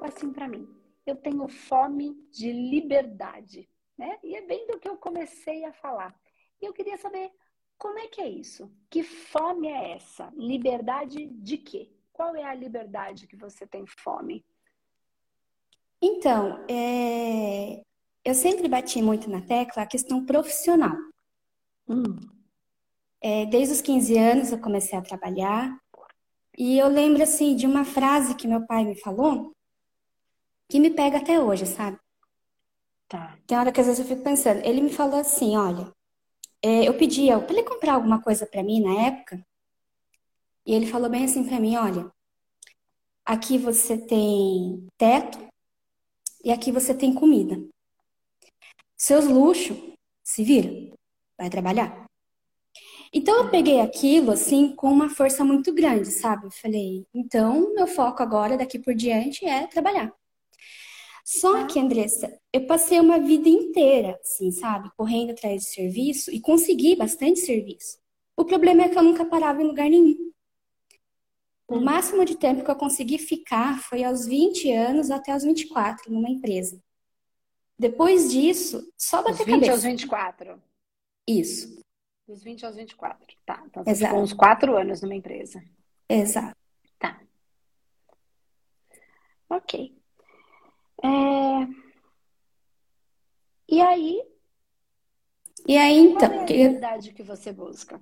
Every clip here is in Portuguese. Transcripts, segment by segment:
assim para mim: eu tenho fome de liberdade, né? E é bem do que eu comecei a falar. E eu queria saber como é que é isso? Que fome é essa? Liberdade de quê? Qual é a liberdade que você tem fome? Então, eu sempre bati muito na tecla a questão profissional. Hum, Desde os 15 anos eu comecei a trabalhar e eu lembro assim de uma frase que meu pai me falou que me pega até hoje, sabe? tá. Tem hora que às vezes eu fico pensando. Ele me falou assim, olha, eu pedia para ele comprar alguma coisa para mim na época e ele falou bem assim para mim, olha, aqui você tem teto e aqui você tem comida. Seus luxos, se vira, vai trabalhar. Então eu Uhum. peguei aquilo assim com uma força muito grande, sabe? Eu falei, então meu foco agora, daqui por diante, é trabalhar. Só Tá. que, Andressa, eu passei uma vida inteira, assim, sabe? Correndo atrás de serviço e consegui bastante serviço. O problema é que eu nunca parava em lugar nenhum. O Hum. máximo de tempo que eu consegui ficar foi aos 20 anos até aos 24 numa empresa. Depois disso, só Dos bater 20 aos cabeça. 24. Isso, Dos 20 aos 24. Tá. Então você ficou uns exato, 4 anos numa empresa. exato. Tá. Ok. É, e aí, E aí, qual então, é a liberdade que você busca?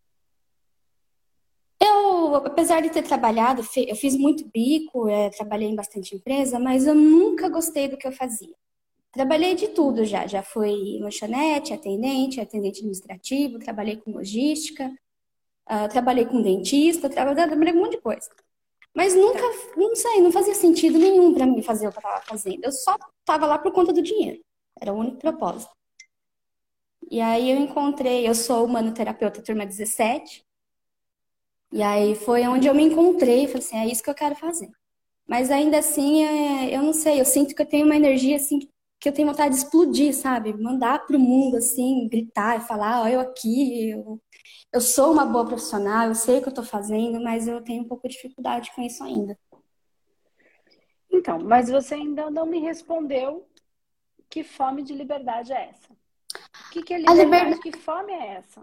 apesar de ter trabalhado, eu fiz muito bico, trabalhei em bastante empresa, mas eu nunca gostei do que eu fazia. Trabalhei de tudo Hum. já fui lanchonete, atendente administrativo, trabalhei com logística, trabalhei com dentista, trabalhei com um monte de coisa. Mas nunca, Tá. não sei, não fazia sentido nenhum para mim fazer o que eu estava fazendo. Eu só estava lá por conta do dinheiro. Era o único propósito. E aí eu sou humanoterapeuta turma 17, e aí foi onde eu me encontrei, falei assim, é isso que eu quero fazer. Mas ainda assim, eu não sei, eu sinto que eu tenho uma energia assim que eu tenho vontade de explodir, sabe? Mandar pro mundo assim, gritar e falar, ó, eu aqui, eu sou uma boa profissional, eu sei o que eu tô fazendo, mas eu tenho um pouco de dificuldade com isso ainda. Então, mas você ainda não me respondeu que fome de liberdade é essa? O que é A liberdade? liberdade, Que fome é essa?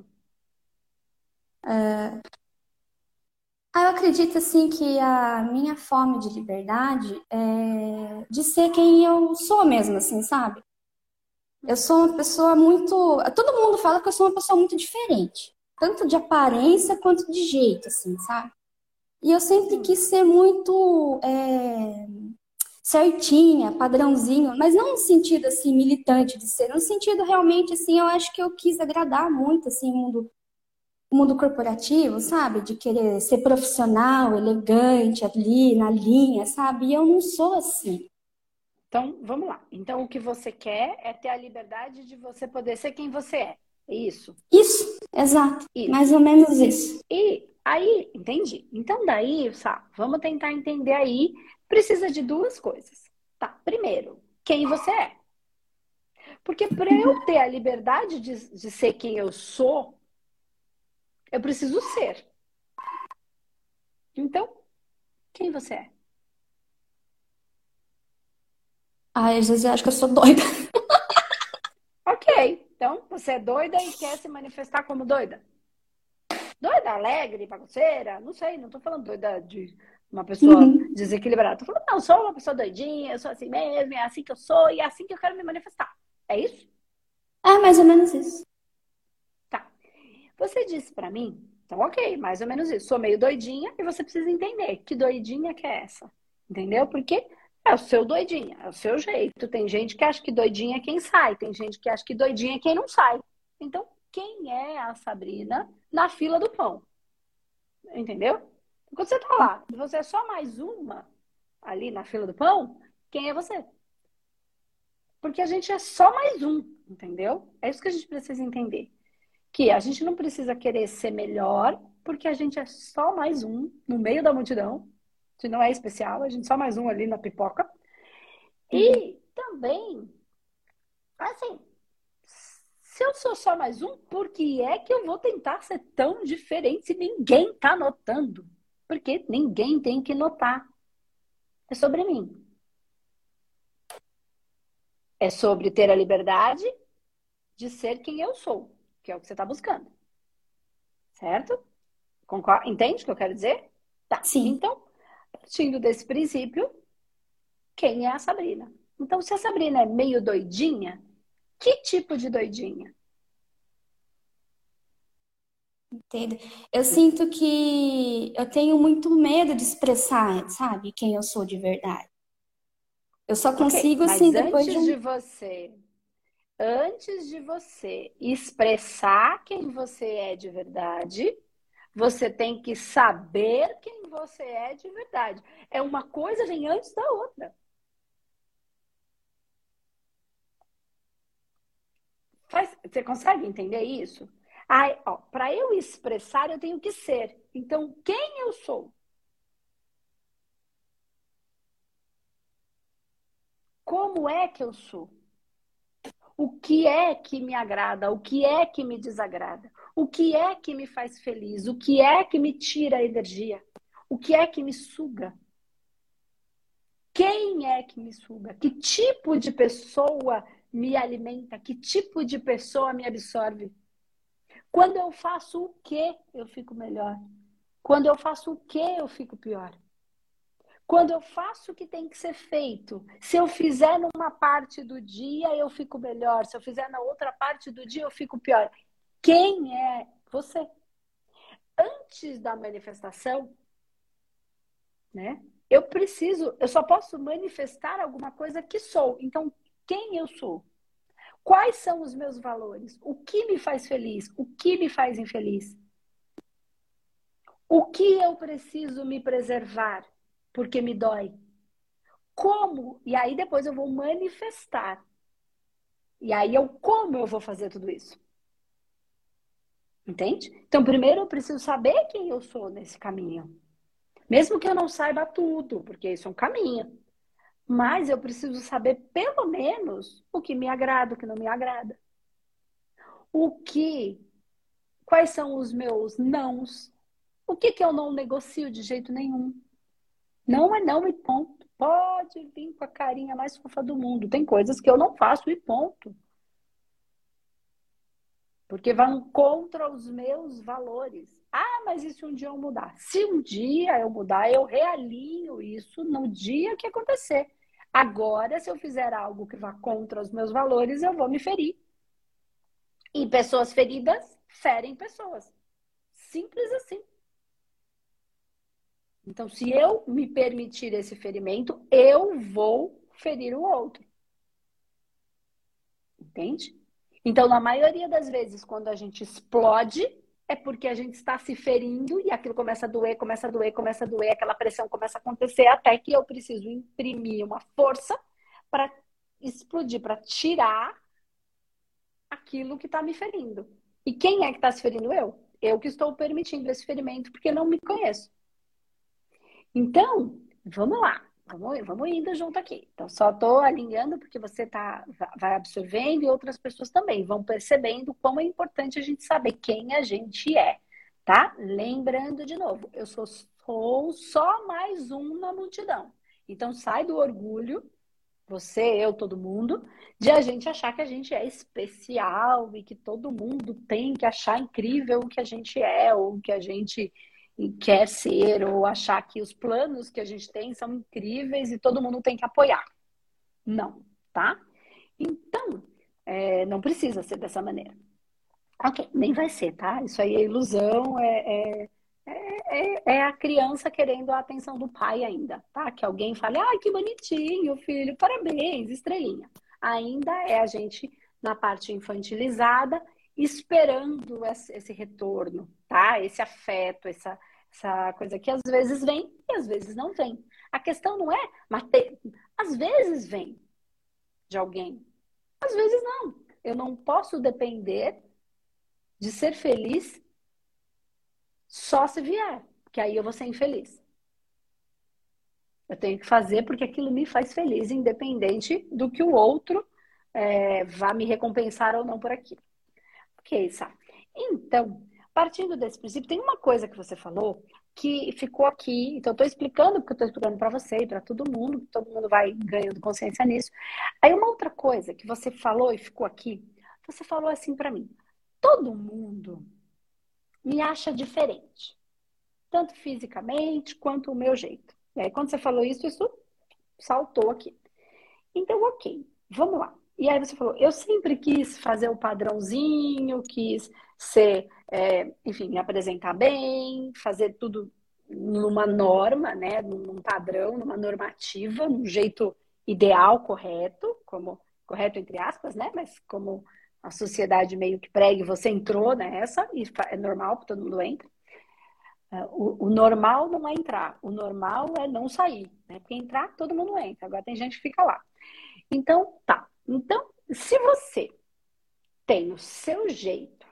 eu acredito assim que a minha fome de liberdade é de ser quem eu sou mesmo, assim, sabe? Eu Hum. sou uma pessoa muito. Todo mundo fala que eu sou uma pessoa muito diferente, tanto de aparência quanto de jeito, assim, sabe? E eu sempre Hum. quis ser muito certinha, padrãozinho, mas não no sentido assim militante de ser, no sentido realmente assim, eu acho que eu quis agradar muito assim o mundo corporativo, sabe? De querer ser profissional, elegante ali na linha, sabe? E eu não sou assim. Então, vamos lá. Então, o que você quer é ter a liberdade de você poder ser quem você é. É isso? Isso, exato, mais Isso. ou menos isso. E aí, entendi. Então, daí, Sá, vamos tentar entender aí. Precisa de duas coisas. Tá, primeiro, quem você é. Porque para eu ter a liberdade de ser quem eu sou, eu preciso ser. Então, quem você é? Ai, às vezes eu acho que eu sou doida. Ok. Então, você é doida e quer se manifestar como doida? Doida, alegre, bagunceira? Não sei, não tô falando doida de uma pessoa Uhum. desequilibrada. Tô falando, não, eu sou uma pessoa doidinha, eu sou assim mesmo, é assim que eu sou e é assim que eu quero me manifestar. É isso? É mais ou menos isso. Tá. Você disse pra mim, então ok, mais ou menos isso. Sou meio doidinha e você precisa entender que doidinha que é essa. Entendeu? Porque é o seu doidinha, é o seu jeito. Tem gente que acha que doidinha é quem sai, tem gente que acha que doidinha é quem não sai. Então, quem é a Sabrina na fila do pão? Entendeu? Quando você tá lá, e você é só mais uma ali na fila do pão, quem é você? Porque a gente é só mais um, entendeu? É isso que a gente precisa entender. Que a gente não precisa querer ser melhor, porque a gente é só mais um no meio da multidão. Se não é especial, a gente é só mais um ali na pipoca. Uhum. E também, assim, se eu sou só mais um, por que é que eu vou tentar ser tão diferente se ninguém tá notando? Porque ninguém tem que notar. É sobre mim. É sobre ter a liberdade de ser quem eu sou, que é o que você está buscando. Certo? Entende o que eu quero dizer? Tá. Sim, Então, partindo desse princípio, quem é a Sabrina? Então, se a Sabrina é meio doidinha, que tipo de doidinha? entendo. Eu sinto que eu tenho muito medo de expressar, sabe, quem eu sou de verdade. Eu só Ok, consigo assim mas depois de um. antes de você expressar quem você é de verdade, você tem que saber quem você é de verdade. É uma coisa vem antes da outra. Você consegue entender isso? Para eu expressar, eu tenho que ser. Então, quem eu sou? Como é que eu sou? O que é que me agrada? O que é que me desagrada? O que é que me faz feliz? O que é que me tira a energia? O que é que me suga? Quem é que me suga? Que tipo de pessoa me alimenta? Que tipo de pessoa me absorve? Quando eu faço o que, eu fico melhor. Quando eu faço o que, eu fico pior. Quando eu faço o que tem que ser feito, se eu fizer numa parte do dia, eu fico melhor. Se eu fizer na outra parte do dia, eu fico pior. Quem é você? Antes da manifestação, né? Eu só posso manifestar alguma coisa que sou. Então, quem eu sou? Quais são os meus valores? O que me faz feliz? O que me faz infeliz? O que eu preciso me preservar porque me dói? Como? E aí depois eu vou manifestar. E aí como eu vou fazer tudo isso? Entende? Então, primeiro eu preciso saber quem eu sou nesse caminho. Mesmo que eu não saiba tudo, porque isso é um caminho. Mas eu preciso saber pelo menos o que me agrada, o que não me agrada. O que, quais são os meus nãos? O que eu não negocio de jeito nenhum? Não é não e ponto. Pode vir com a carinha mais fofa do mundo. Tem coisas que eu não faço e ponto. Porque vão contra os meus valores. Ah, mas e se um dia eu mudar? Se um dia eu mudar, eu realinho isso no dia que acontecer. Agora, se eu fizer algo que vá contra os meus valores, eu vou me ferir. E pessoas feridas ferem pessoas. Simples assim. Então, se eu me permitir esse ferimento, eu vou ferir o outro. Entende? Então, na maioria das vezes, quando a gente explode, é porque a gente está se ferindo e aquilo começa a doer, começa a doer, começa a doer, aquela pressão começa a acontecer até que eu preciso imprimir uma força para explodir, para tirar aquilo que está me ferindo. E quem é que está se ferindo? Eu. Eu que estou permitindo esse ferimento porque não me conheço. Então, vamos lá. Vamos indo junto aqui. Então, só estou alinhando porque você vai absorvendo e outras pessoas também vão percebendo como é importante a gente saber quem a gente é, tá? Lembrando de novo, eu sou só mais um na multidão. Então, sai do orgulho, você, eu, todo mundo, de a gente achar que a gente é especial e que todo mundo tem que achar incrível o que a gente é ou o que a gente quer ser, ou achar que os planos que a gente tem são incríveis e todo mundo tem que apoiar. Não, tá? Então, não precisa ser dessa maneira. Ok, nem vai ser, tá? Isso aí é ilusão, é a criança querendo a atenção do pai ainda, tá? Que alguém fale, ai, que bonitinho, filho, parabéns, estrelinha. Ainda é a gente na parte infantilizada, esperando esse retorno, tá? Esse afeto, essa coisa que às vezes vem e às vezes não vem. A questão não é, às vezes vem de alguém, às vezes não. Eu não posso depender de ser feliz só se vier, porque aí eu vou ser infeliz. Eu tenho que fazer porque aquilo me faz feliz, independente do que o outro vá me recompensar ou não por aquilo. Ok, Sá. Então, partindo desse princípio, tem uma coisa que você falou que ficou aqui. Então, eu estou explicando, porque eu estou explicando para você e para todo mundo vai ganhando consciência nisso. Aí, uma outra coisa que você falou e ficou aqui, você falou assim para mim: todo mundo me acha diferente, tanto fisicamente quanto o meu jeito. E aí, quando você falou isso saltou aqui. Então, ok, vamos lá. E aí você falou, eu sempre quis fazer o padrãozinho, quis ser, enfim, me apresentar bem, fazer tudo numa norma, né, num padrão, numa normativa, num jeito ideal, correto, como correto entre aspas, né, mas como a sociedade meio que prega, e você entrou nessa, e é normal, todo mundo entra. O normal não é entrar, o normal é não sair, né? Porque entrar, todo mundo entra. Agora tem gente que fica lá. Então, tá. Então, se você tem o seu jeito,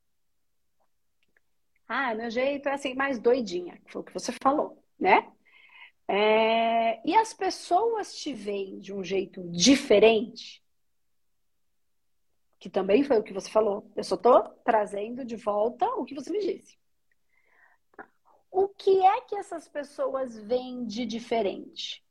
meu jeito é assim, mais doidinha, que foi o que você falou, né? E as pessoas te veem de um jeito diferente, que também foi o que você falou. Eu só tô trazendo de volta o que você me disse. O que é que essas pessoas veem de diferente?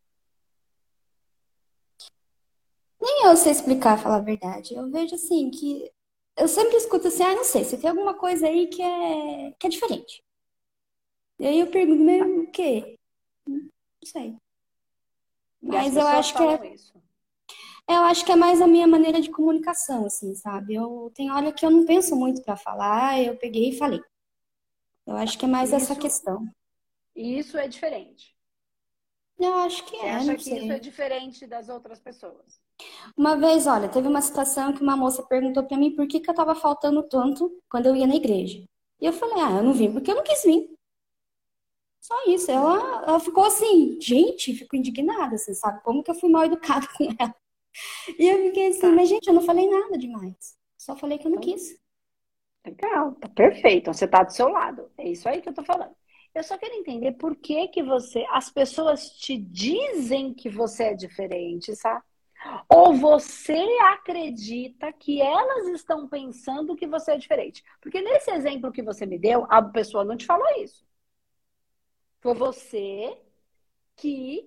Nem eu sei explicar, falar a verdade. Eu vejo assim que. Eu sempre escuto assim, não sei, você tem alguma coisa aí que é diferente. E aí eu pergunto, mas o quê? Não sei. E as Mas pessoas falam isso. eu acho que é mais a minha maneira de comunicação, assim, sabe? Eu tenho hora que eu não penso muito pra falar, eu peguei e falei. Eu acho que é mais essa Isso, questão. isso é diferente. Eu acho que Você não acha que isso é sei. diferente das outras pessoas? Uma vez, olha, teve uma situação que uma moça perguntou pra mim por que que eu tava faltando tanto quando eu ia na igreja. E eu falei, eu não vim porque eu não quis vir. Só isso. Ela ficou assim, gente, fico indignada, você sabe? Como que eu fui mal educada com ela? E eu fiquei assim, Tá. mas gente, eu não falei nada demais. Só falei que eu não Então, quis. legal, tá perfeito. Então, você tá do seu lado. É isso aí que eu tô falando. Eu só quero entender por que que as pessoas te dizem que você é diferente, sabe? Ou você acredita que elas estão pensando que você é diferente? Porque nesse exemplo que você me deu, a pessoa não te falou isso. Foi você que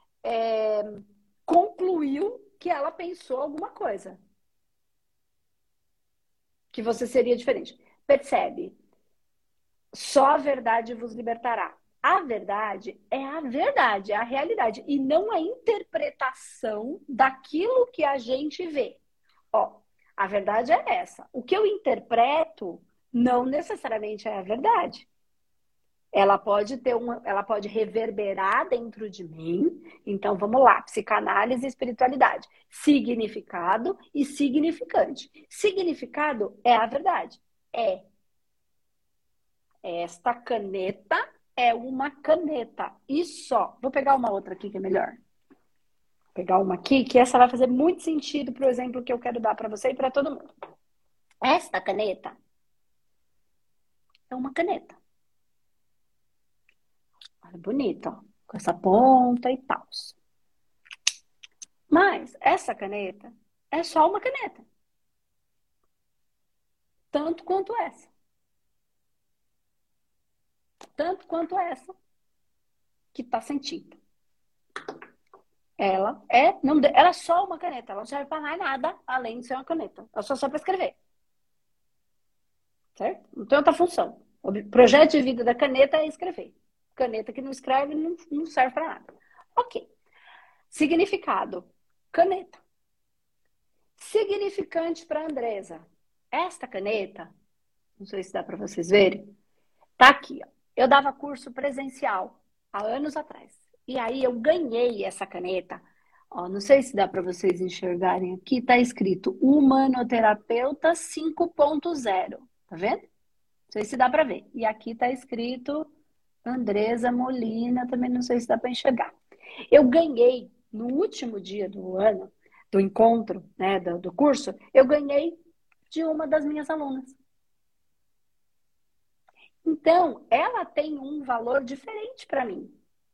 concluiu que ela pensou alguma coisa, que você seria diferente. Percebe? Só a verdade vos libertará. A verdade, é a realidade, e não a interpretação daquilo que a gente vê. Ó, a verdade é essa. O que eu interpreto não necessariamente é a verdade. Ela pode reverberar dentro de mim. Então, vamos lá, psicanálise e espiritualidade. Significado e significante. Significado é a verdade. Esta caneta é uma caneta. E só. Vou pegar uma outra aqui que é melhor. Vou pegar uma aqui que essa vai fazer muito sentido para o exemplo que eu quero dar para você e para todo mundo. Esta caneta é uma caneta. Olha, bonita, ó, com essa ponta e tal. Mas essa caneta é só uma caneta. Tanto quanto essa. Tanto quanto essa que está sem tinta. Ela é só uma caneta. Ela não serve para mais nada além de ser uma caneta. Ela só serve para escrever. Certo? Não tem outra função. O projeto de vida da caneta é escrever. Caneta que não escreve não serve para nada. Ok. Significado. Caneta. Significante para Andresa. Esta caneta, não sei se dá para vocês verem, tá aqui. Ó. Eu dava curso presencial há anos atrás. E aí eu ganhei essa caneta. Ó, não sei se dá para vocês enxergarem aqui, tá escrito Humanoterapeuta 5.0. Tá vendo? Não sei se dá para ver. E aqui está escrito Andresa Molina, também não sei se dá para enxergar. Eu ganhei no último dia do ano, do encontro, né, do curso, eu ganhei de uma das minhas alunas. Então, ela tem um valor diferente para mim.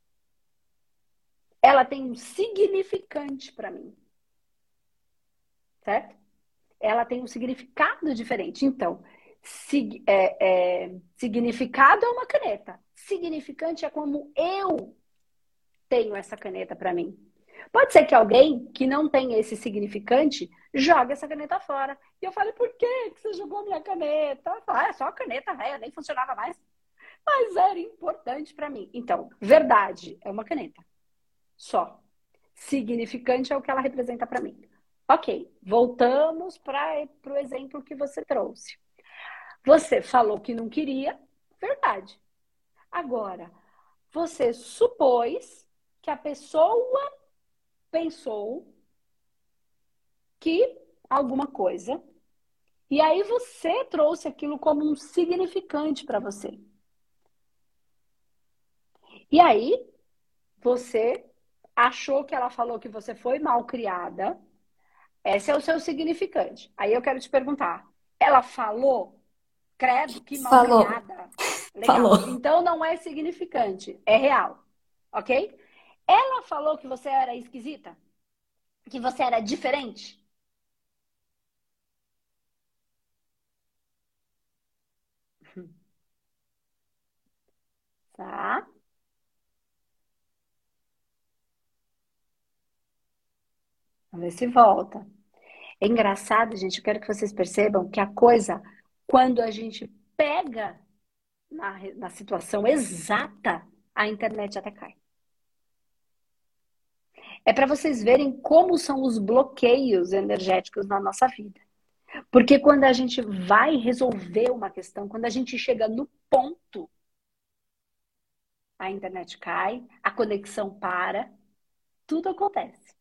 Ela tem um significante para mim. Certo? Ela tem um significado diferente. Então, Significado é uma caneta. Significante é como eu tenho essa caneta para mim. Pode ser que alguém que não tenha esse significante jogue essa caneta fora. E eu falei, por que você jogou a minha caneta? Ah, é só a caneta velha, nem funcionava mais. Mas era importante para mim. Então, verdade é uma caneta. Só. Significante é o que ela representa para mim. Ok, voltamos para o exemplo que você trouxe. Você falou que não queria, verdade. Agora, você supôs que a pessoa pensou que alguma coisa, e aí você trouxe aquilo como um significante para você. E aí, você achou que ela falou que você foi mal criada. Esse é o seu significante. Aí eu quero te perguntar: ela falou? Credo, que mal Falou, criada. Legal. falou. Então não é significante, é real. Ok? Ela falou que você era esquisita? Que você era diferente? Tá? Vamos ver se volta. É engraçado, gente. Eu quero que vocês percebam que a coisa, quando a gente pega na situação exata, a internet até cai. É para vocês verem como são os bloqueios energéticos na nossa vida. Porque quando a gente vai resolver uma questão, quando a gente chega no ponto, a internet cai, a conexão para, tudo acontece.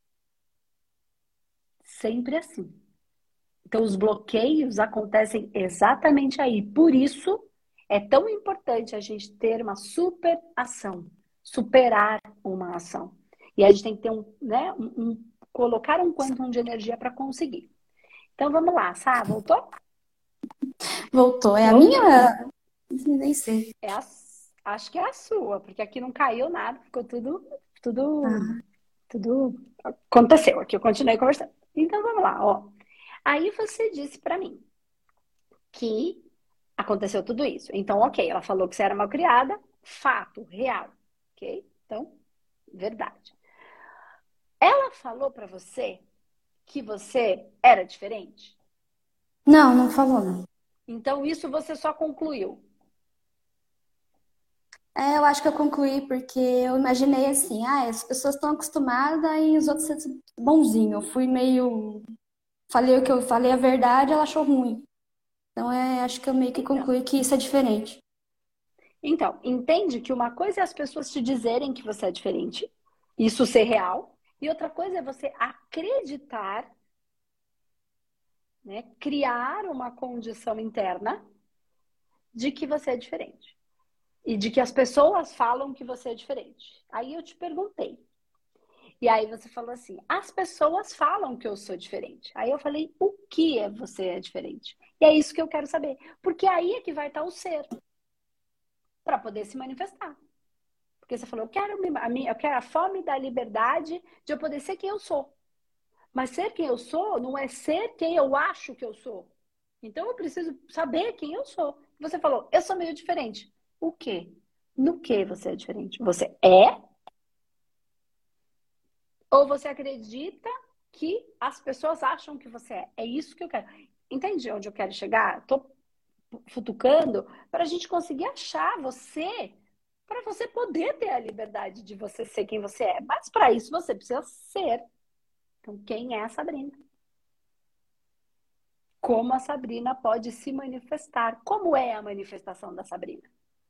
Sempre assim. Então, os bloqueios acontecem exatamente aí. Por isso, é tão importante a gente ter uma super ação, superar uma ação. E a gente tem que ter colocar um quantum de energia para conseguir. Então, vamos lá, Sá, voltou? Voltou. É a Voltou. minha? Nem sei. Acho que é a sua, porque aqui não caiu nada, ficou tudo, Ah, tudo aconteceu. Aqui eu continuei conversando. Então, vamos lá, ó. Aí você disse para mim que aconteceu tudo isso. Então, ok, ela falou que você era mal criada, fato, real, ok? Então, verdade. Ela falou para você que você era diferente? não, não falou, não. Então, isso você só concluiu. É, eu acho que eu concluí porque eu imaginei assim, as pessoas estão acostumadas e os outros ser bonzinho. Eu fui meio. Falei o que eu falei a verdade, ela achou ruim. Então, acho que eu meio que Então, concluí que isso é diferente. entende que uma coisa é as pessoas te dizerem que você é diferente, isso ser real, e outra coisa é você acreditar, né, criar uma condição interna de que você é diferente. E de que as pessoas falam que você é diferente. Aí eu te perguntei. E aí você falou assim: as pessoas falam que eu sou diferente. Aí eu falei: o que é você é diferente? E é isso que eu quero saber. Porque aí é que vai estar o ser para poder se manifestar. Porque você falou: eu quero a fome da liberdade de eu poder ser quem eu sou. Mas ser quem eu sou não é ser quem eu acho que eu sou. Então eu preciso saber quem eu sou. Você falou: eu sou meio diferente. O quê? No que você é diferente? Você é ou você acredita que as pessoas acham que você é? É isso que eu quero. Entende onde eu quero chegar? Estou futucando para a gente conseguir achar você, para você poder ter a liberdade de você ser quem você é. Mas para isso você precisa ser. Então, quem é a Sabrina? Como a Sabrina pode se manifestar? Como é a manifestação da Sabrina?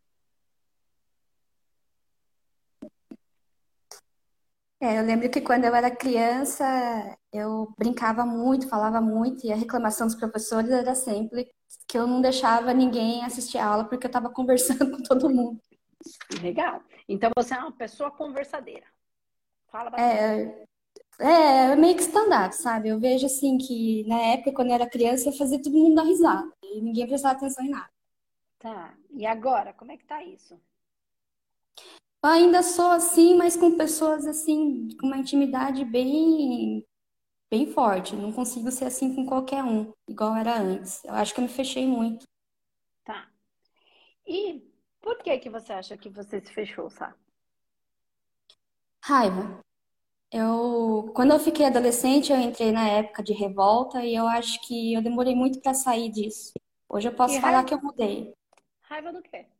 Eu lembro que quando eu era criança, eu brincava muito, falava muito, e a reclamação dos professores era sempre que eu não deixava ninguém assistir a aula porque eu estava conversando com todo mundo. Legal. Então você é uma pessoa conversadeira. Fala bastante. É, é meio que stand-up, sabe? Eu vejo assim que na época, quando eu era criança, eu fazia todo mundo dar risada e ninguém prestava atenção em nada. Tá. E agora, como é que tá isso? Eu ainda sou assim, mas com pessoas assim, com uma intimidade bem forte. Não consigo ser assim com qualquer um, igual era antes. Eu acho que eu me fechei muito. E por que que você acha que você se fechou, sabe? Raiva. Quando eu fiquei adolescente, eu entrei na época de revolta e eu acho que eu demorei muito para sair disso. Hoje eu E posso falar que eu mudei. raiva do quê?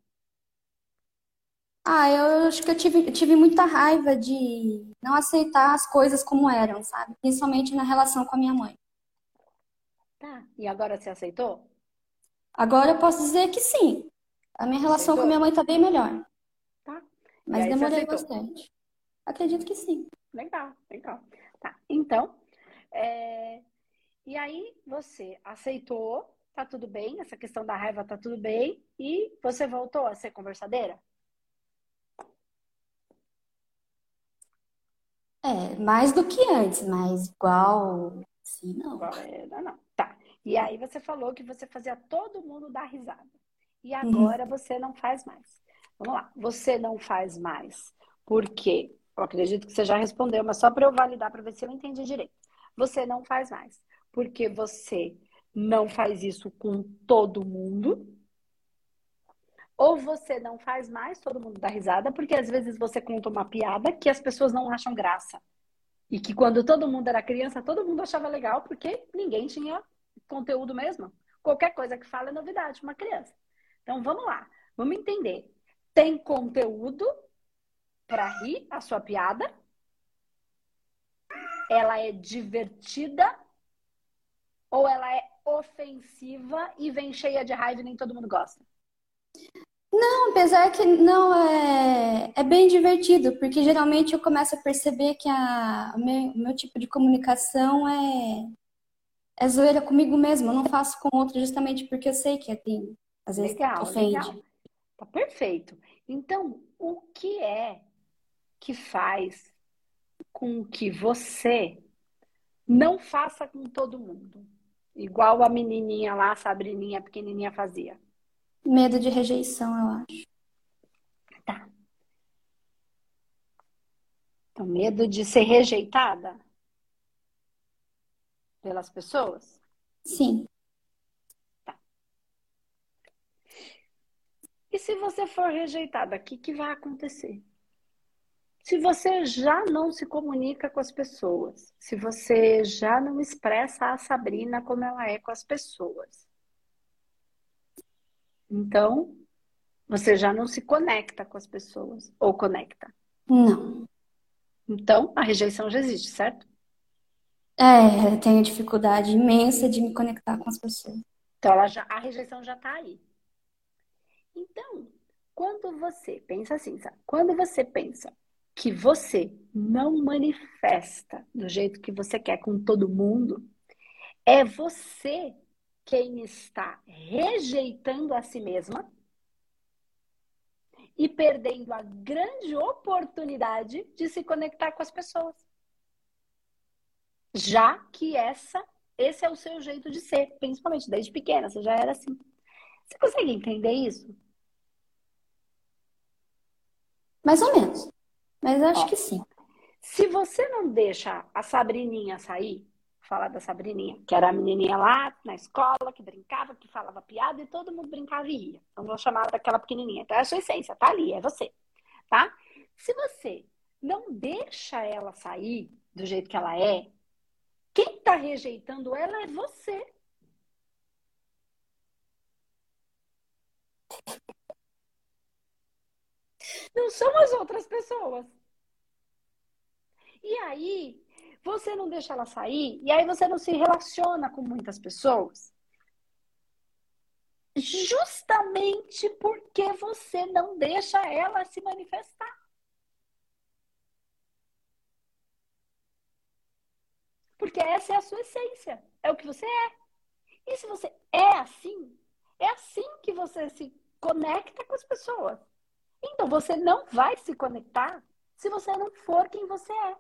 Eu acho que eu tive muita raiva de não aceitar as coisas como eram, sabe? Principalmente na relação com a minha mãe. Tá. E agora você aceitou? Agora eu posso dizer que sim. A minha relação com a Aceitou? minha mãe tá bem melhor, Tá. E mas aí você demorei aceitou. bastante. Acredito que sim. Legal, legal. Tá. Então, é, e aí você aceitou, tá tudo bem, essa questão da raiva tá tudo bem, e você voltou a ser conversadeira? Mais do que antes, mas igual, sim, não. Não, não. Tá. E aí você falou que você fazia todo mundo dar risada. E Uhum. agora você não faz mais. Vamos lá. Você não faz mais. Por quê? Eu acredito que você já respondeu, mas só para eu validar para ver se eu entendi direito. Você não faz mais. Porque você não faz isso com todo mundo. Ou você não faz mais, todo mundo dá risada, porque às vezes você conta uma piada que as pessoas não acham graça. E que quando todo mundo era criança, todo mundo achava legal, porque ninguém tinha conteúdo mesmo. Qualquer coisa que fala é novidade para uma criança. Então vamos lá, vamos entender. Tem conteúdo para rir a sua piada? Ela é divertida ou ela é ofensiva e vem cheia de raiva e nem todo mundo gosta? Apesar que não é bem divertido, porque geralmente eu começo a perceber que o meu tipo de comunicação é zoeira comigo mesmo. Eu não faço com outro justamente porque eu sei que tem, às vezes Legal, legal. ofende. Tá perfeito. Então, o que é que faz com que você não faça com todo mundo? Igual a menininha lá, a Sabrininha pequenininha fazia. Medo de rejeição, eu acho. Tá. Então, medo de ser rejeitada pelas pessoas? Sim. Tá. E se você for rejeitada, o que que vai acontecer? Se você já não se comunica com as pessoas, se você já não expressa a Sabrina como ela é com as pessoas, então você já não se conecta com as pessoas, ou conecta. Não. Então, a rejeição já existe, certo? Eu tenho dificuldade imensa de me conectar com as pessoas. Então, a rejeição já está aí. Então, quando você pensa assim, sabe? Quando você pensa que você não manifesta do jeito que você quer com todo mundo, é você quem está rejeitando a si mesma e perdendo a grande oportunidade de se conectar com as pessoas. Já que esse é o seu jeito de ser, principalmente desde pequena, você já era assim. Você consegue entender isso? Mais ou menos. Mas acho Ó, que sim. se você não deixa a Sabrininha sair, falar da Sabrininha, que era a menininha lá na escola, que brincava, que falava piada e todo mundo brincava e ria. Então, vou chamar daquela pequenininha. Então, é a sua essência, tá ali, é você, tá? Se você não deixa ela sair do jeito que ela é, quem tá rejeitando ela é você. Não são as outras pessoas. E aí, você não deixa ela sair, e aí você não se relaciona com muitas pessoas, justamente porque você não deixa ela se manifestar. Porque essa é a sua essência, é o que você é. E se você é assim que você se conecta com as pessoas. Então você não vai se conectar se você não for quem você é.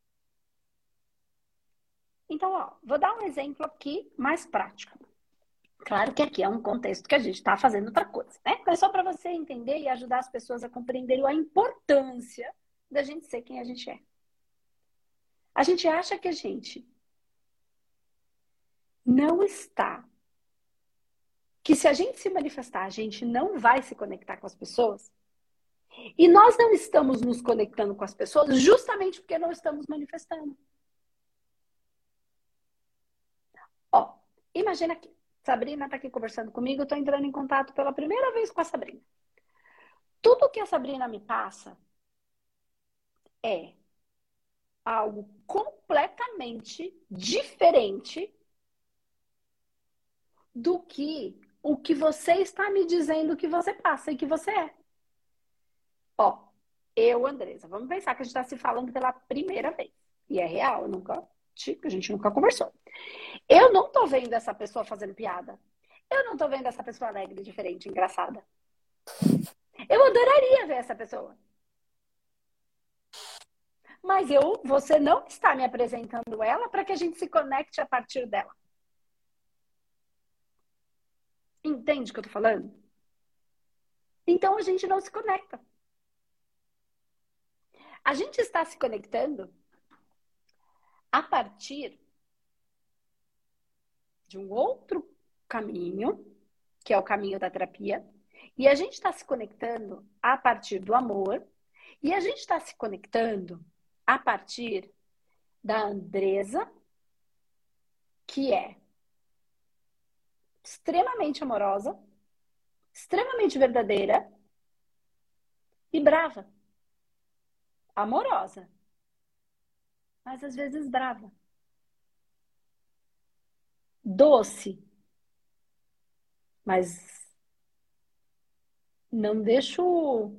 Então, ó, vou dar um exemplo aqui mais prático. Claro que aqui é um contexto que a gente está fazendo outra coisa, né? Mas só para você entender e ajudar as pessoas a compreenderem a importância da gente ser quem a gente é. A gente acha que a gente não está que se a gente se manifestar, a gente não vai se conectar com as pessoas. E nós não estamos nos conectando com as pessoas justamente porque não estamos manifestando. Ó, imagina que Sabrina está aqui conversando comigo, eu estou entrando em contato pela primeira vez com a Sabrina. Tudo que a Sabrina me passa é algo completamente diferente do que o que você está me dizendo que você passa e que você é. Ó, eu, Andresa, vamos pensar que a gente está se falando pela primeira vez. E é real, a gente nunca conversou. Eu não tô vendo essa pessoa fazendo piada. Eu não tô vendo essa pessoa alegre, diferente, engraçada. Eu adoraria ver essa pessoa. Mas você não está me apresentando ela para que a gente se conecte a partir dela. Entende o que eu tô falando? Então a gente não se conecta. A gente está se conectando a partir de um outro caminho, que é o caminho da terapia, e a gente está se conectando a partir do amor, e a gente está se conectando a partir da Andresa, que é extremamente amorosa, extremamente verdadeira e brava. Amorosa, mas às vezes brava. Doce, mas não deixo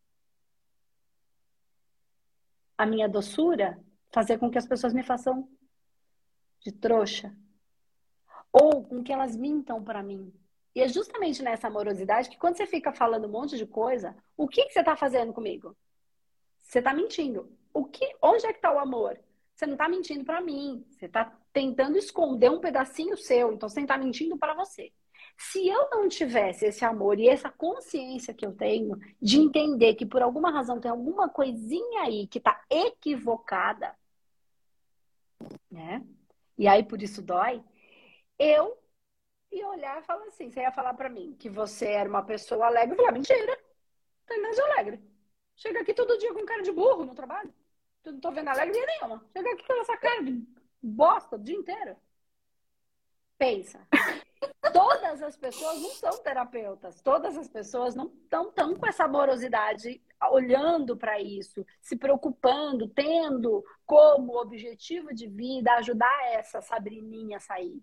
a minha doçura fazer com que as pessoas me façam de trouxa ou com que elas mintam para mim. E é justamente nessa amorosidade que quando você fica falando um monte de coisa, o que você está fazendo comigo? Você está mentindo. Onde é que está o amor? Você não está mentindo para mim. Você está tentando esconder um pedacinho seu. Então você está mentindo para você. Se eu não tivesse esse amor e essa consciência que eu tenho de entender que por alguma razão tem alguma coisinha aí que está equivocada, né? E aí por isso dói, eu ia olhar e falar assim, você ia falar para mim que você era uma pessoa alegre, eu ia falar, mentira, tem nada de alegre. Chega aqui todo dia com cara de burro no trabalho. Eu não tô vendo alegria nenhuma. Chega aqui com essa cara de bosta o dia inteiro. Pensa. Todas as pessoas não são terapeutas. Todas as pessoas não estão tão com essa amorosidade, olhando para isso, se preocupando, tendo como objetivo de vida ajudar essa Sabrininha a sair.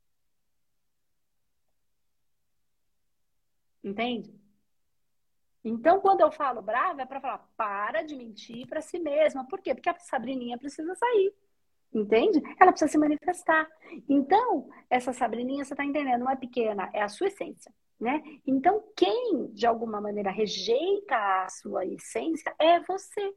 Entende? Então, quando eu falo brava, é para falar, para de mentir para si mesma. Por quê? Porque a Sabrininha precisa sair. Entende? Ela precisa se manifestar. Então, essa Sabrininha, você está entendendo, não é pequena, é a sua essência, né? Então, quem, de alguma maneira, rejeita a sua essência é você.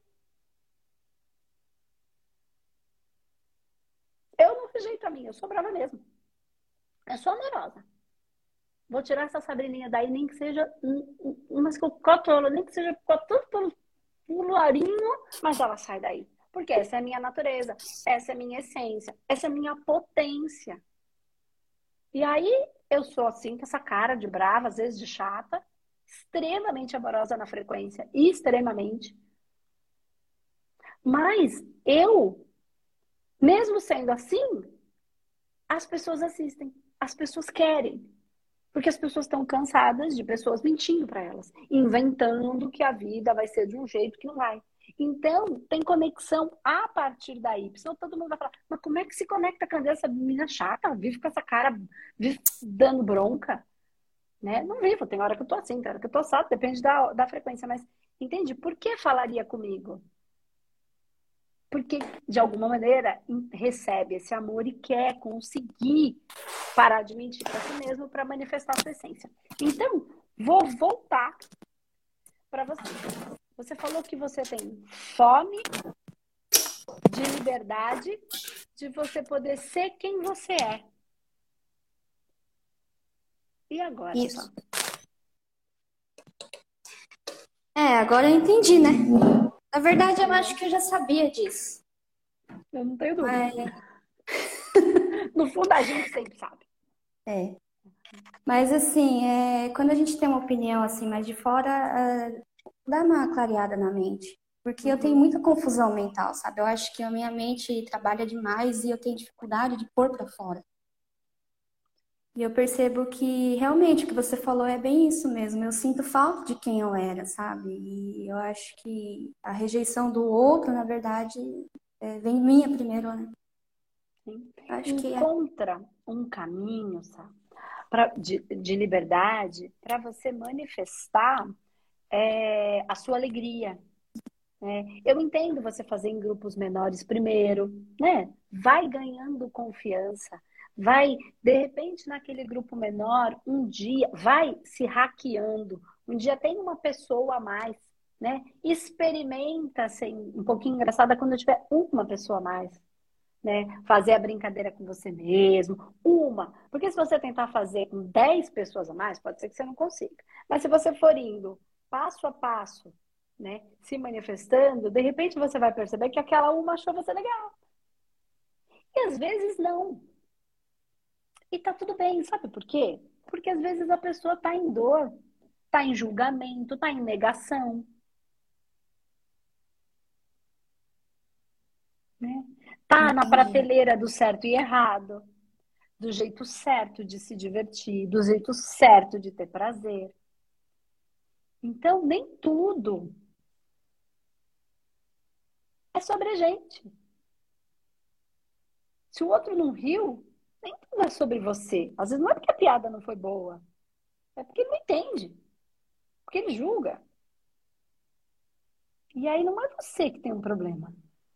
Eu não rejeito a minha, eu sou brava mesmo. Eu sou amorosa. Vou tirar essa Sabrininha daí, nem que seja umas cotolas, nem que seja tudo pelo larinho, mas ela sai daí. Porque essa é a minha natureza, essa é a minha essência, essa é a minha potência. E aí eu sou assim, com essa cara de brava, às vezes de chata, extremamente amorosa na frequência, extremamente. Mas eu, mesmo sendo assim, as pessoas assistem, as pessoas querem. Porque as pessoas estão cansadas de pessoas mentindo para elas, inventando que a vida vai ser de um jeito que não vai. Então, tem conexão a partir daí. Senão todo mundo vai falar, mas como é que se conecta com essa menina chata? Ela vive com essa cara, vive dando bronca. Né? Não vivo, tem hora que eu tô assim, tem hora que eu tô assado, depende da frequência. Mas, entende? Por que falaria comigo? Porque, de alguma maneira, recebe esse amor e quer conseguir parar de mentir para si mesmo para manifestar a sua essência. Então, vou voltar para você. Você falou que você tem fome de liberdade, de você poder ser quem você é. E agora? Isso. Agora eu entendi, né? Na verdade, eu acho que eu já sabia disso. Eu não tenho dúvida. No fundo, a gente sempre sabe. Mas assim, quando a gente tem uma opinião assim mais de fora, dá uma clareada na mente. Porque eu tenho Uhum, muita confusão mental, sabe? Eu acho que a minha mente trabalha demais e eu tenho dificuldade de pôr pra fora. E eu percebo que realmente o que você falou é bem isso mesmo. Eu sinto falta de quem eu era, sabe? E eu acho que a rejeição do outro, na verdade, vem minha primeiro, né? sim. Acho que é. Encontra um caminho, sabe, de liberdade para você manifestar a sua alegria. Né? Eu entendo você fazer em grupos menores primeiro, né? Vai ganhando confiança, vai, de repente, naquele grupo menor, um dia, vai se hackeando. Um dia tem uma pessoa a mais, né? Experimenta ser um pouquinho engraçada quando tiver uma pessoa a mais. Né? Fazer a brincadeira com você mesmo, uma. Porque se você tentar fazer com 10 pessoas a mais, pode ser que você não consiga. Mas se você for indo passo a passo, né, se manifestando, de repente você vai perceber que aquela uma achou você legal. E às vezes não. E tá tudo bem, sabe por quê? Porque às vezes a pessoa tá em dor, tá em julgamento, tá em negação, né? Tá na Entendi. prateleira do certo e errado, do jeito certo de se divertir, do jeito certo de ter prazer. Então, nem tudo é sobre a gente. Se o outro não riu, nem tudo é sobre você. Às vezes não é porque a piada não foi boa, é porque ele não entende, porque ele julga. E aí não é você que tem um problema,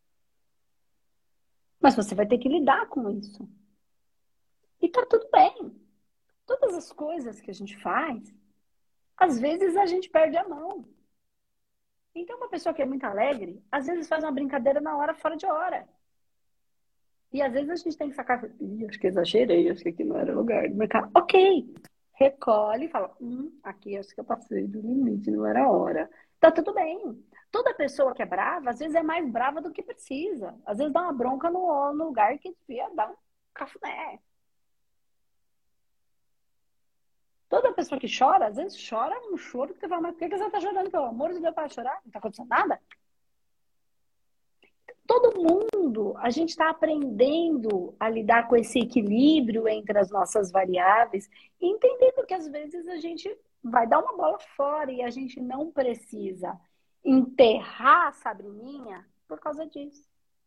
mas você vai ter que lidar com isso. E tá tudo bem. Todas as coisas que a gente faz, às vezes a gente perde a mão. Então, uma pessoa que é muito alegre, às vezes faz uma brincadeira na hora, fora de hora. E às vezes a gente tem que sacar, ih, acho que exagerei, acho que aqui não era lugar do mercado. Ok, recolhe e fala, aqui acho que eu passei do limite, não era a hora. Tá tudo bem. Toda pessoa que é brava, às vezes é mais brava do que precisa. Às vezes dá uma bronca no lugar que devia dar um cafuné. Toda pessoa que chora, às vezes chora um choro que você fala, mas por que você tá chorando? Pelo amor de Deus, para chorar? Não tá acontecendo nada? Todo mundo, a gente está aprendendo a lidar com esse equilíbrio entre as nossas variáveis e entendendo que às vezes a gente vai dar uma bola fora e a gente não precisa enterrar a Sabrininha por causa disso.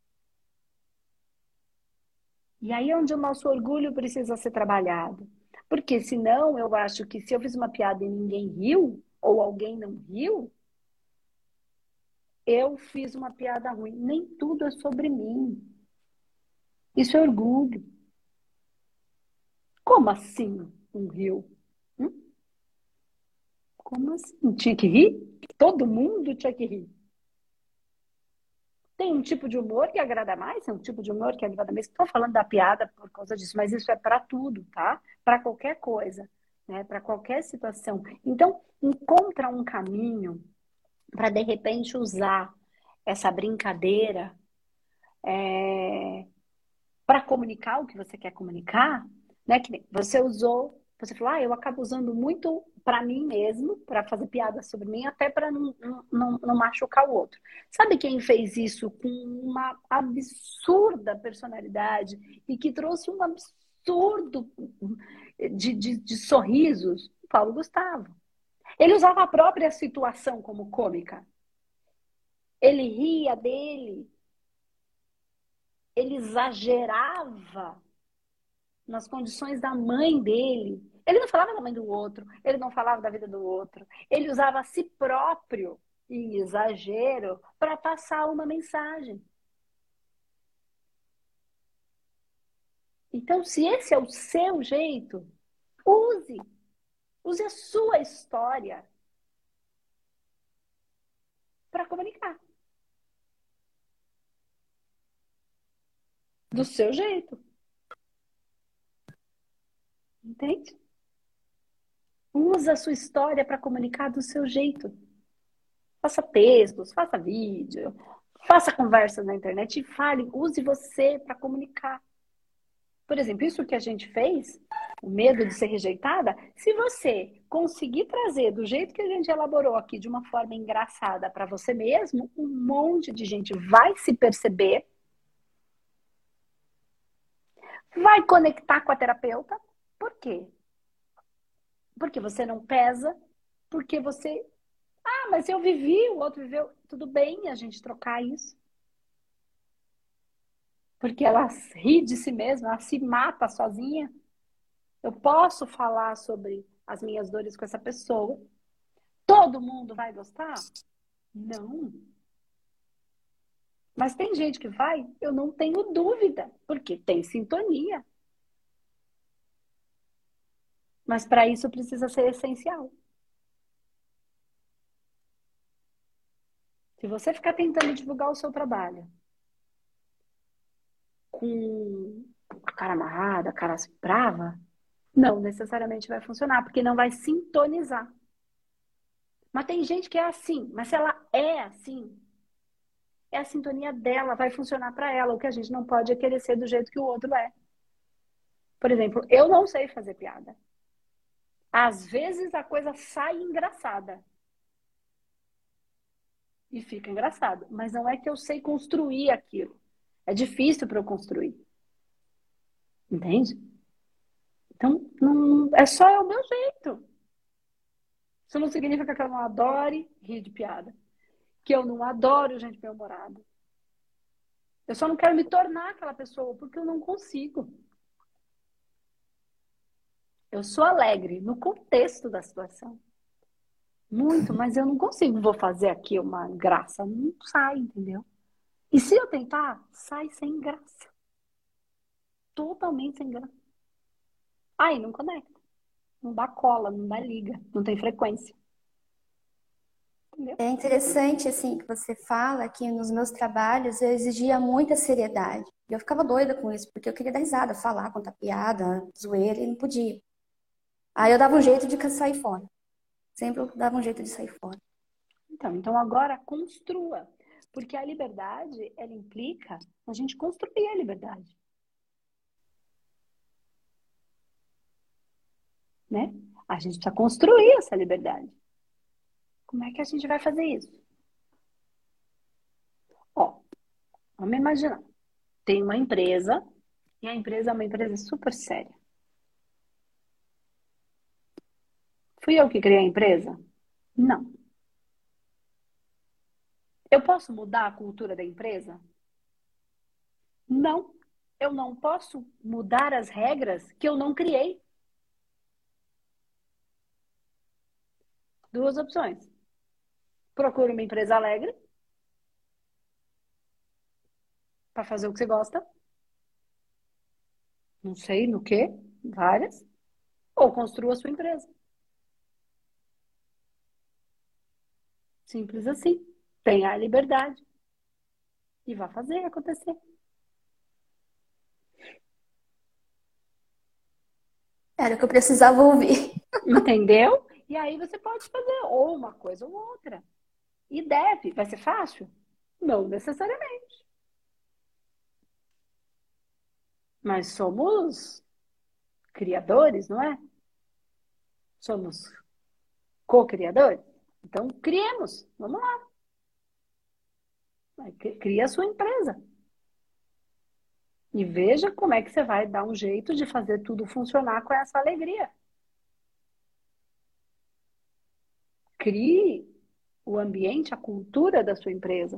E aí é onde o nosso orgulho precisa ser trabalhado. Porque senão eu acho que se eu fiz uma piada e ninguém riu, ou alguém não riu, eu fiz uma piada ruim. Nem tudo é sobre mim. Isso é orgulho. Como assim um rio? Hum? Como assim? Tinha que rir? Todo mundo tinha que rir. Tem um tipo de humor que agrada mais, tem um tipo de humor que agrada mais. Estou falando da piada por causa disso, mas isso é para tudo, tá? Para qualquer coisa, né? Para qualquer situação. Então, encontra um caminho para de repente usar essa brincadeira para comunicar o que você quer comunicar, né? Que você usou, você falou, eu acabo usando muito para mim mesmo, para fazer piada sobre mim, até para não machucar o outro. Sabe quem fez isso com uma absurda personalidade e que trouxe um absurdo de sorrisos? O Paulo Gustavo. Ele usava a própria situação como cômica. Ele ria dele, ele exagerava nas condições da mãe dele. Ele não falava da mãe do outro, ele não falava da vida do outro. Ele usava a si próprio e exagero para passar uma mensagem. Então, se esse é o seu jeito, use. Use a sua história para comunicar. Do seu jeito. Entende? Usa a sua história para comunicar do seu jeito. Faça textos, faça vídeo, faça conversas na internet e fale. Use você para comunicar. Por exemplo, isso que a gente fez o medo de ser rejeitada, se você conseguir trazer do jeito que a gente elaborou aqui, de uma forma engraçada para você mesmo, um monte de gente vai se perceber, vai conectar com a terapeuta. Por quê? Porque você não pesa, porque você... Ah, mas eu vivi, o outro viveu. Tudo bem a gente trocar isso. Porque ela ri de si mesma, ela se mata sozinha. Eu posso falar sobre as minhas dores com essa pessoa. Todo mundo vai gostar? Não. Mas tem gente que vai? Eu não tenho dúvida, porque tem sintonia. Mas para isso precisa ser essencial. Se você ficar tentando divulgar o seu trabalho com a cara amarrada, a cara brava, não necessariamente vai funcionar, porque não vai sintonizar. Mas tem gente que é assim, mas se ela é assim, é a sintonia dela, vai funcionar para ela. O que a gente não pode é querer ser do jeito que o outro é. Por exemplo, eu não sei fazer piada. Às vezes a coisa sai engraçada. E fica engraçado. Mas não é que eu sei construir aquilo. É difícil para eu construir. Entende? Então, não, é só o meu jeito. Isso não significa que eu não adore rir de piada. Que eu não adoro gente bem-humorada. Eu só não quero me tornar aquela pessoa, porque eu não consigo. Eu sou alegre no contexto da situação. Muito, mas eu não consigo. Vou fazer aqui uma graça. Não sai, entendeu? E se eu tentar, sai sem graça. Totalmente sem graça. Aí não conecta. Não dá cola, não dá liga, não tem frequência. Entendeu? É interessante, assim, que você fala que nos meus trabalhos eu exigia muita seriedade. E eu ficava doida com isso, porque eu queria dar risada, falar, contar piada, zoeira, e não podia. Aí eu dava um jeito de sair fora. Sempre eu dava um jeito de sair fora. Então agora construa. Porque a liberdade, ela implica a gente construir a liberdade. Né? A gente precisa construir essa liberdade. Como é que a gente vai fazer isso? Ó, vamos imaginar. Tem uma empresa, e a empresa é uma empresa super séria. Fui eu que criei a empresa? Não. Eu posso mudar a cultura da empresa? Não. Eu não posso mudar as regras que eu não criei. Duas opções. Procure uma empresa alegre para fazer o que você gosta. Não sei no que, várias. Ou construa a sua empresa. Simples assim. Tenha a liberdade. E vá fazer acontecer. Era o que eu precisava ouvir. Entendeu? E aí você pode fazer ou uma coisa ou outra. E deve. Vai ser fácil? Não necessariamente. Mas somos criadores, não é? Somos co-criadores. Então, criemos. Vamos lá. Cria a sua empresa. E veja como é que você vai dar um jeito de fazer tudo funcionar com essa alegria. Crie o ambiente, a cultura da sua empresa.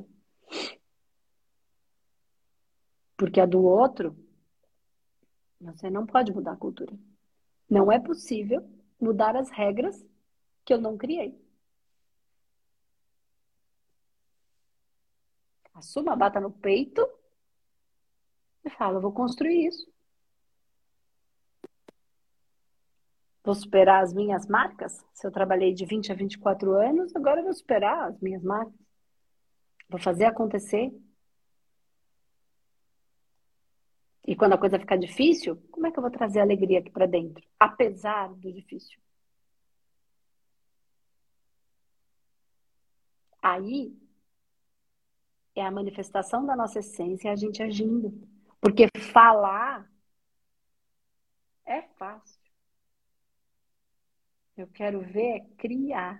Porque a do outro, você não pode mudar a cultura. Não é possível mudar as regras que eu não criei. Assuma, bata no peito e fala, eu vou construir isso. Vou superar as minhas marcas. Se eu trabalhei de 20 a 24 anos, agora eu vou superar as minhas marcas. Vou fazer acontecer. E quando a coisa ficar difícil, como é que eu vou trazer alegria aqui para dentro? Apesar do difícil. Aí é a manifestação da nossa essência, a gente agindo. Porque falar é fácil. Eu quero ver é criar.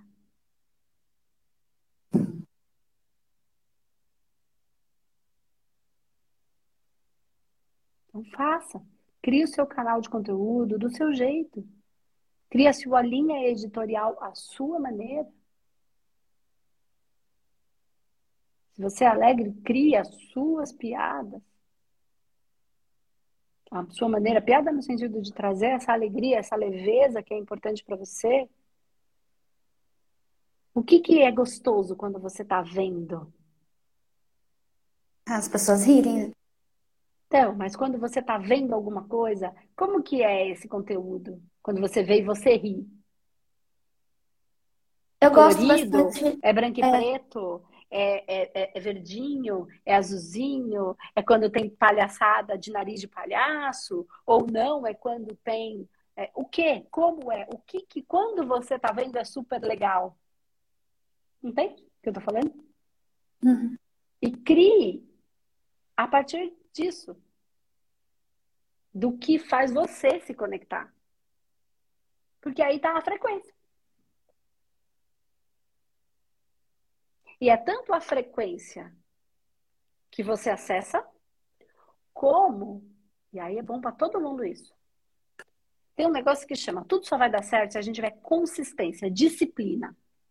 Então faça. Crie o seu canal de conteúdo do seu jeito. Crie a sua linha editorial à sua maneira. Se você é alegre, crie as suas piadas. A sua maneira, piada no sentido de trazer essa alegria, essa leveza que é importante para você. O que é gostoso quando você está vendo? As pessoas rirem. Então, mas quando você está vendo alguma coisa, como que é esse conteúdo? Quando você vê e você ri? É Eu gosto colorido? bastante. É branco e É, preto? É verdinho? É azulzinho? É quando tem palhaçada de nariz de palhaço? Ou não? É quando tem... o quê? Como é? O que quando você está vendo é super legal? Entende o que eu estou falando? uhum. E crie a partir disso. Do que faz você se conectar. Porque aí está a frequência. E é tanto a frequência que você acessa, como, e aí é bom para todo mundo isso. Tem um negócio que chama, tudo só vai dar certo se a gente tiver consistência, disciplina.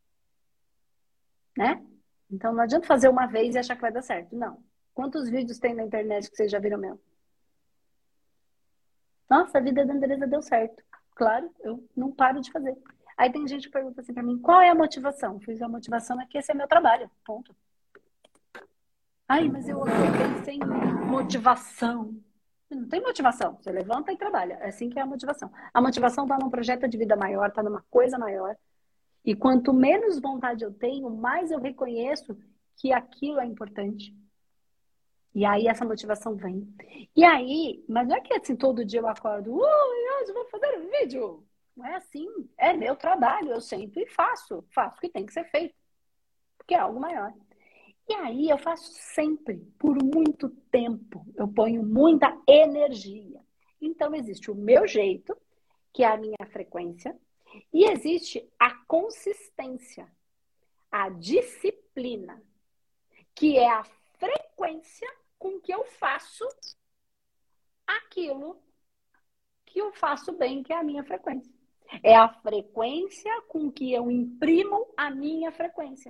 Né? Então não adianta fazer uma vez e achar que vai dar certo. Não. Quantos vídeos tem na internet que vocês já viram meu? Nossa, a vida da Andresa deu certo. Claro, eu não paro de fazer. Aí tem gente que pergunta assim para mim, qual é a motivação? Fiz a motivação é que esse é meu trabalho, ponto. Ai, mas eu acordei sem motivação. Não tem motivação. Você levanta e trabalha. É assim que é a motivação. A motivação está num projeto de vida maior, está numa coisa maior. E quanto menos vontade eu tenho, mais eu reconheço que aquilo é importante. E aí essa motivação vem. E aí, mas não é que assim todo dia eu acordo, hoje eu vou fazer um vídeo. Não é assim. É meu trabalho, eu sento e faço. Faço o que tem que ser feito. Porque é algo maior. E aí eu faço sempre, por muito tempo, eu ponho muita energia. Então existe o meu jeito, que é a minha frequência, e existe a consistência, a disciplina, que é a frequência com que eu faço aquilo que eu faço bem, que é a minha frequência. É a frequência com que eu imprimo a minha frequência.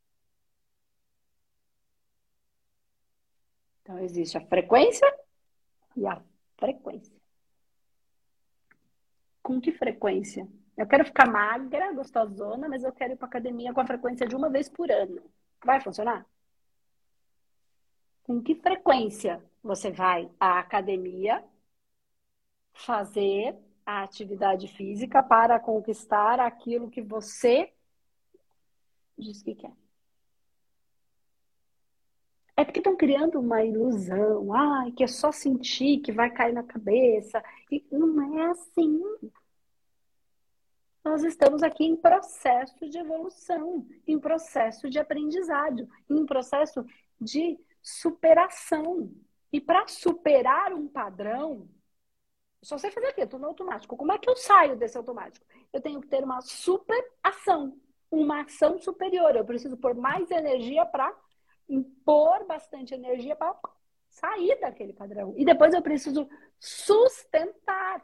Então existe a frequência e a frequência. Com que frequência? Eu quero ficar magra, gostosona, mas eu quero ir para academia com a frequência de uma vez por ano. Vai funcionar? Com que frequência você vai à academia fazer a atividade física para conquistar aquilo que você diz que quer? É porque estão criando uma ilusão, ai, que é só sentir que vai cair na cabeça. E não é assim. Nós estamos aqui em processo de evolução, em processo de aprendizado, em processo de superação. E para superar um padrão, só sei fazer aqui, eu estou no automático. Como é que eu saio desse automático? Eu tenho que ter uma super ação, uma ação superior. Eu preciso pôr mais energia para impor bastante energia para sair daquele padrão. E depois eu preciso sustentar.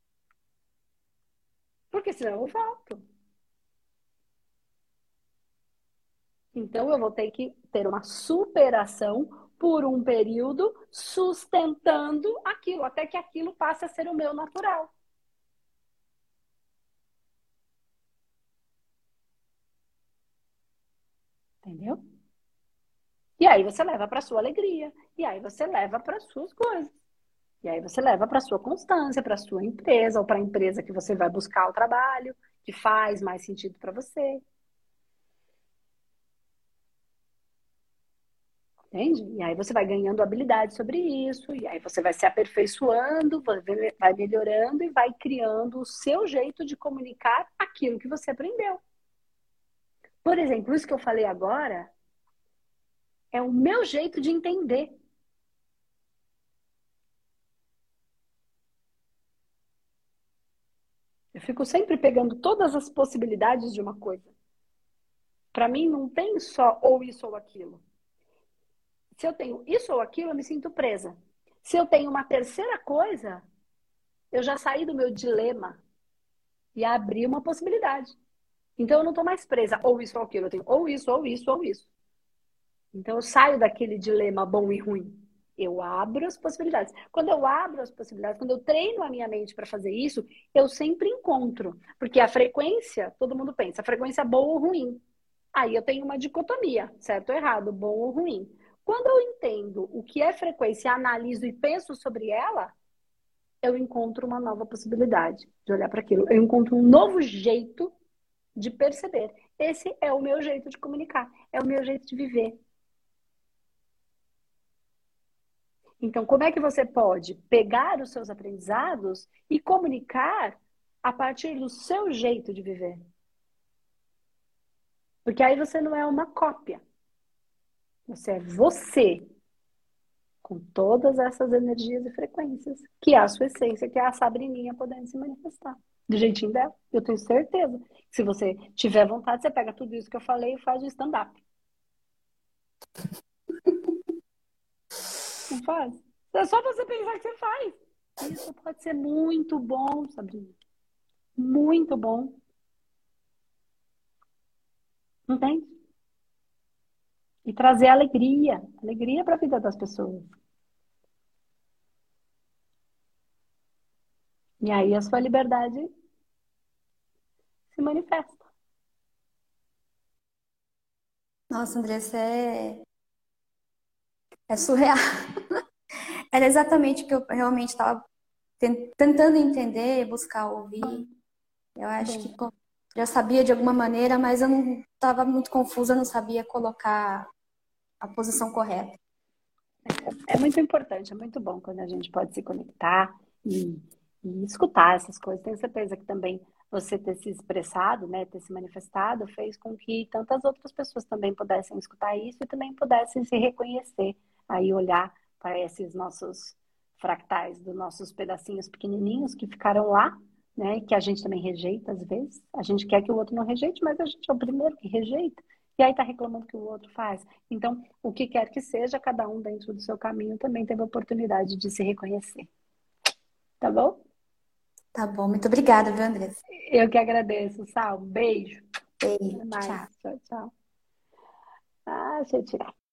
Porque senão eu volto. Então, eu vou ter que ter uma superação por um período, sustentando aquilo, até que aquilo passe a ser o meu natural. Entendeu? E aí você leva para sua alegria, e aí você leva para suas coisas. E aí você leva para sua constância, para sua empresa, ou para a empresa que você vai buscar o trabalho, que faz mais sentido para você. Entende? E aí você vai ganhando habilidade sobre isso, e aí você vai se aperfeiçoando, vai melhorando e vai criando o seu jeito de comunicar aquilo que você aprendeu. Por exemplo, isso que eu falei agora é o meu jeito de entender. fico sempre pegando todas as possibilidades de uma coisa. Para mim, não tem só ou isso ou aquilo. Se eu tenho isso ou aquilo, eu me sinto presa. Se eu tenho uma terceira coisa, eu já saí do meu dilema e abri uma possibilidade. Então, eu não estou mais presa ou isso ou aquilo. Eu tenho ou isso, ou isso, ou isso. Então, eu saio daquele dilema bom e ruim. Eu abro as possibilidades. Quando eu abro as possibilidades, quando eu treino a minha mente para fazer isso, eu sempre encontro. Porque a frequência, todo mundo pensa, a frequência é boa ou ruim. Aí eu tenho uma dicotomia, certo ou errado, bom ou ruim. Quando eu entendo o que é frequência, analiso e penso sobre ela, eu encontro uma nova possibilidade de olhar para aquilo. Eu encontro um novo jeito de perceber. Esse é o meu jeito de comunicar, é o meu jeito de viver. Então, como é que você pode pegar os seus aprendizados e comunicar a partir do seu jeito de viver? Porque aí você não é uma cópia. Você é você, com todas essas energias e frequências, que é a sua essência, que é a Sabrininha podendo se manifestar. Do jeitinho dela. Eu tenho certeza. Se você tiver vontade, você pega tudo isso que eu falei e faz o stand-up. Não faz? É só você pensar que você faz. Isso pode ser muito bom, Sabrina. Muito bom. Entende? E trazer alegria para a vida das pessoas. E aí a sua liberdade se manifesta. Nossa, Andressa, é surreal. Era exatamente o que eu realmente estava tentando entender, buscar ouvir. Eu acho que Bom, já sabia de alguma maneira, mas eu não estava muito confusa, não sabia colocar a posição correta. é muito importante, é muito bom quando a gente pode se conectar e escutar essas coisas. Tenho certeza que também você ter se expressado, né, ter se manifestado, fez com que tantas outras pessoas também pudessem escutar isso e também pudessem se reconhecer, aí olhar para esses nossos fractais, dos nossos pedacinhos pequenininhos que ficaram lá, né, que a gente também rejeita às vezes. A gente quer que o outro não rejeite, mas a gente é o primeiro que rejeita. E aí tá reclamando que o outro faz. Então, o que quer que seja, cada um dentro do seu caminho também teve a oportunidade de se reconhecer. Tá bom? Tá bom, muito obrigada, viu, Andressa? Eu que agradeço, Sal. Beijo. Beijo, Até mais. tchau. Tchau, tchau. Ah, deixa eu tirar.